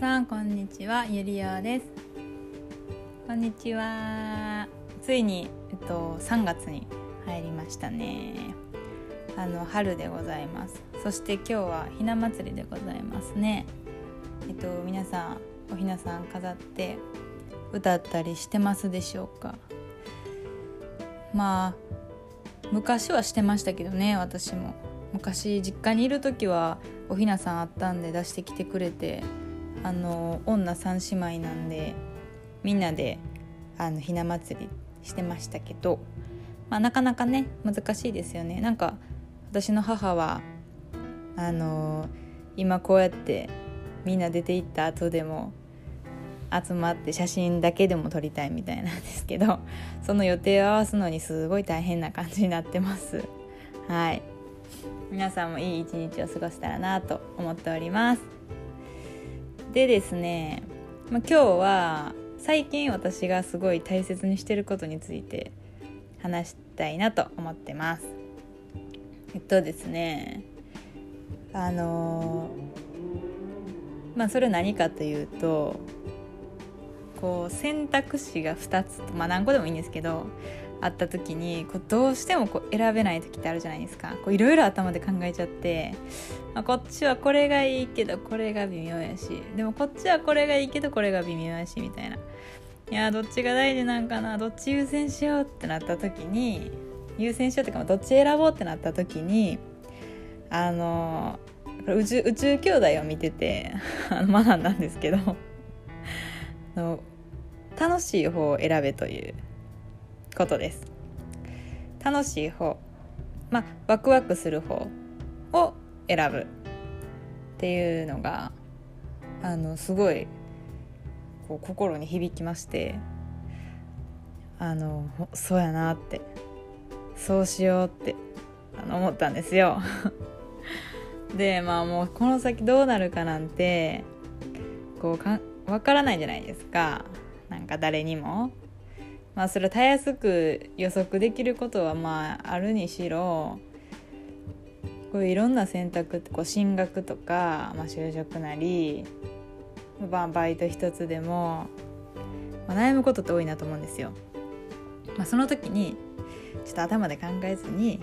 さんこんにちは、ゆりよです。こんにちは。ついに、3月に入りましたね。春でございます。そして今日はひな祭りでございますね。皆さんおひなさん飾って歌ったりしてますでしょうか。まあ昔はしてましたけどね。私も昔実家にいる時はおひなさんあったんで出してきてくれて、女三姉妹なんでみんなでひな祭りしてましたけど、なかなかね難しいですよね。なんか私の母は今こうやってみんな出て行った後でも集まって写真だけでも撮りたいみたいなんですけど、その予定を合わすのにすごい大変な感じになってます。はい、皆さんもいい一日を過ごせたらなと思っております。でですね、今日は最近私がすごい大切にしてることについて話したいなと思ってます。ですね、それ何かというと、こう選択肢が2つと、何個でもいいんですけどあった時にどうしても選べない時ってあるじゃないですか。いろいろ頭で考えちゃって、こっちはこれがいいけどこれが微妙やし、でもこっちはこれがいいけどこれが微妙やしみたいな、いやどっちが大事なんかな、どっち優先しようってなった時に、優先しようってかどっち選ぼうってなった時に宇宙兄弟を見てて学んだんですけど楽しい方を選べということです。楽しい方、ワクワクする方を選ぶっていうのがすごい心に響きまして、そうやなって、そうしようって思ったんですよでもうこの先どうなるかなんてわからないじゃないですか。なんか誰にもそれはたやすく予測できることはあるにしろ、いろんな選択って進学とか、就職なり、バイト一つでも、悩むことって多いなと思うんですよ。その時にちょっと頭で考えずに、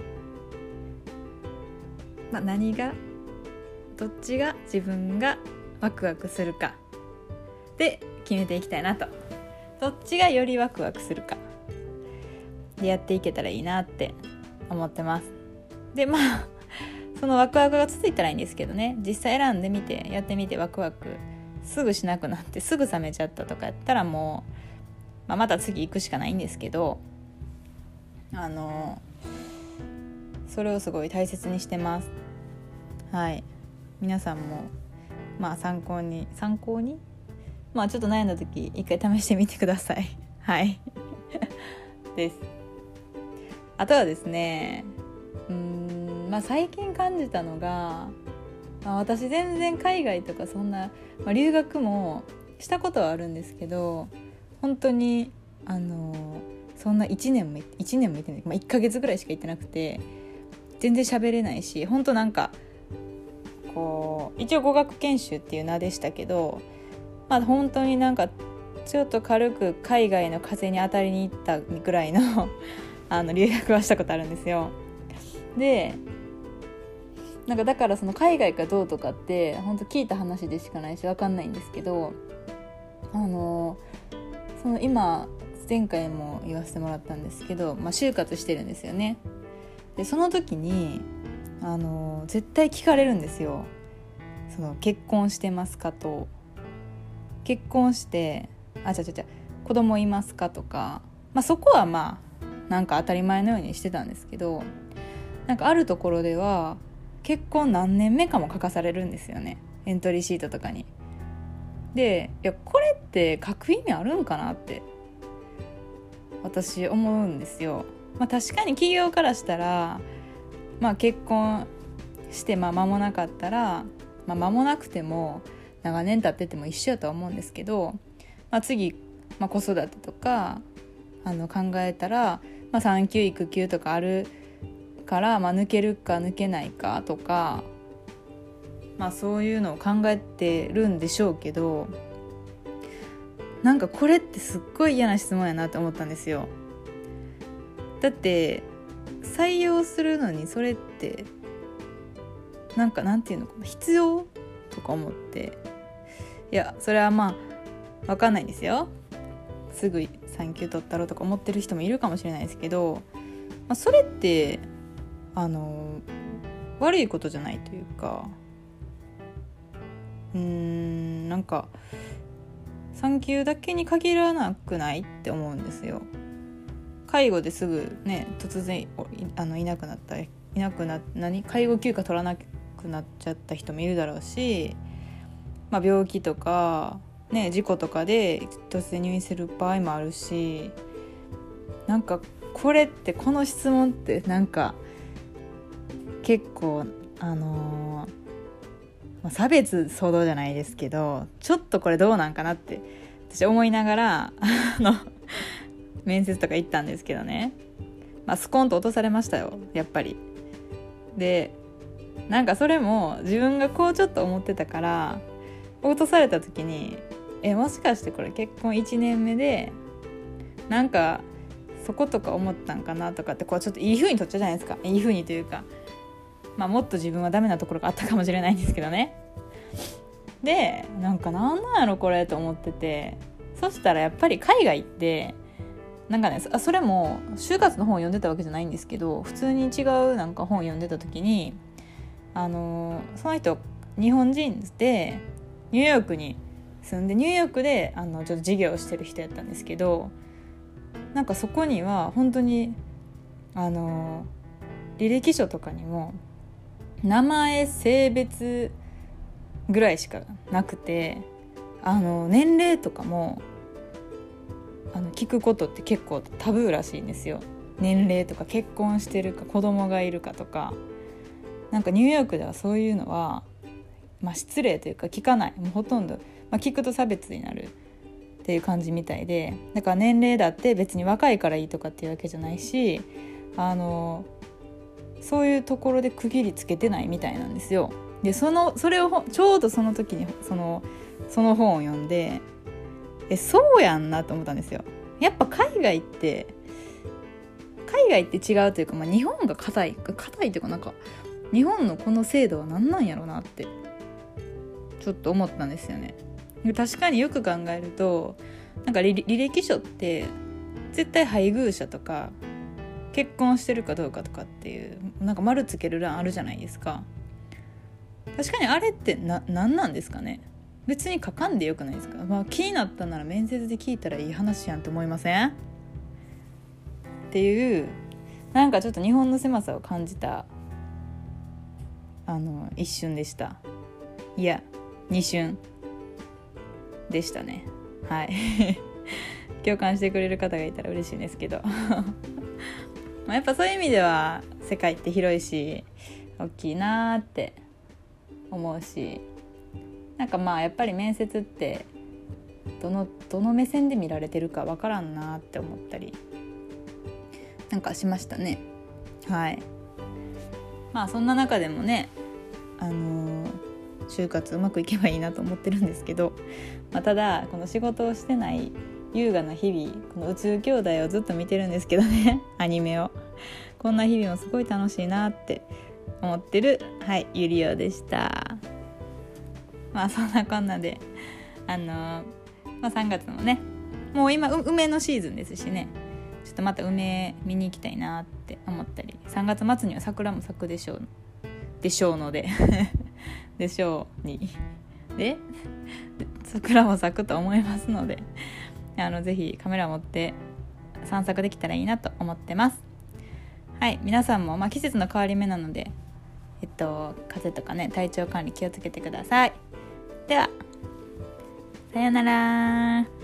どっちが自分がワクワクするかで決めていきたいなと。どっちがよりワクワクするかでやっていけたらいいなって思ってます。でそのワクワクが続いたらいいんですけどね、実際選んでみてやってみてワクワクすぐしなくなってすぐ冷めちゃったとかやったらもう、また次行くしかないんですけど、それをすごい大切にしてます。はい、皆さんも参考にちょっと悩んだ時一回試してみてくださいはいです。あとはですね、最近感じたのが、私全然海外とかそんな、留学もしたことはあるんですけど、本当にそんな1年も行ってない、1ヶ月ぐらいしか行ってなくて全然喋れないし、本当なんか一応語学研修っていう名でしたけど、本当になんかちょっと軽く海外の風に当たりに行ったぐらいの留学はしたことあるんですよ。でだからその海外かどうとかって本当聞いた話でしかないし分かんないんですけど、その今前回も言わせてもらったんですけど、就活してるんですよね。でその時に絶対聞かれるんですよ。その結婚してますかと、結婚して子供いますかとか、そこはなんか当たり前のようにしてたんですけど、あるところでは結婚何年目かも書かされるんですよね、エントリーシートとかに。でこれって書く意味あるんかなって私思うんですよ。確かに企業からしたら、結婚して間もなかったら、間もなくても長年経ってても一緒だとは思うんですけど、次、子育てとか考えたら、産休育休とかあるから、抜けるか抜けないかとか、 そういうのを考えてるんでしょうけど、なんかこれってすっごい嫌な質問やなって思ったんですよ。だって採用するのにそれってなんていうのかな、必要とか思って、いやそれは分かんないんですよ。すぐ産休取ったろとか思ってる人もいるかもしれないですけど、それって悪いことじゃないというか、なんか産休だけに限らなくないって思うんですよ。介護ですぐね突然いなくな介護休暇取らなくなっちゃった人もいるだろうし、病気とかね事故とかで突然入院する場合もあるし、なんかこの質問ってなんか結構差別騒動じゃないですけど、ちょっとこれどうなんかなって私思いながら面接とか行ったんですけどね、スコンと落とされましたよやっぱり。でなんかそれも自分がこうちょっと思ってたから落とされた時にもしかしてこれ結婚1年目でなんかそことか思ったんかなとかってこうちょっといい風に取っちゃうじゃないですか。いい風にというか、もっと自分はダメなところがあったかもしれないんですけどね。でなんやろこれと思ってて、そしたらやっぱり海外ってそれも就活の本を読んでたわけじゃないんですけど、普通に違う本を読んでた時にその人日本人でニューヨークに住んでニューヨークでちょっと事業をしてる人やったんですけど、そこには本当に履歴書とかにも名前性別ぐらいしかなくて、年齢とかも聞くことって結構タブーらしいんですよ。年齢とか結婚してるか子供がいるかとか、ニューヨークではそういうのは、失礼というか聞かない、もうほとんど、聞くと差別になるっていう感じみたいで、だから年齢だって別に若いからいいとかっていうわけじゃないし、そういうところで区切りつけてないみたいなんですよ。でそれをちょうどその時にその本を読んでそうやんなと思ったんですよ。やっぱ海外って違うというか、日本が硬いというか日本のこの制度は何なんやろうなってちょっと思ったんですよね。確かによく考えると履歴書って絶対配偶者とか結婚してるかどうかとかっていう丸つける欄あるじゃないですか。確かにあれって何なんですかね。別に書かんでよくないですか。気になったなら面接で聞いたらいい話やんって思いませんっていう、ちょっと日本の狭さを感じた一瞬でした。いや二瞬でしたね。はい共感してくれる方がいたら嬉しいんですけどやっぱそういう意味では世界って広いし大きいなーって思うし、やっぱり面接ってどの目線で見られてるかわからんなって思ったりしましたね。はい。そんな中でもね就活うまくいけばいいなと思ってるんですけど、ただこの仕事をしてない優雅な日々、この宇宙兄弟をずっと見てるんですけどねアニメを、こんな日々もすごい楽しいなって思ってるゆりおでした。そんなこんなで3月のね、もう今梅のシーズンですしね、ちょっとまた梅見に行きたいなって思ったり、3月末には桜も咲くでしょうのででしょうにで桜も咲くと思いますのでぜひカメラ持って散策できたらいいなと思ってます。はい、皆さんも季節の変わり目なので風邪とかね体調管理気をつけてください。ではさようなら。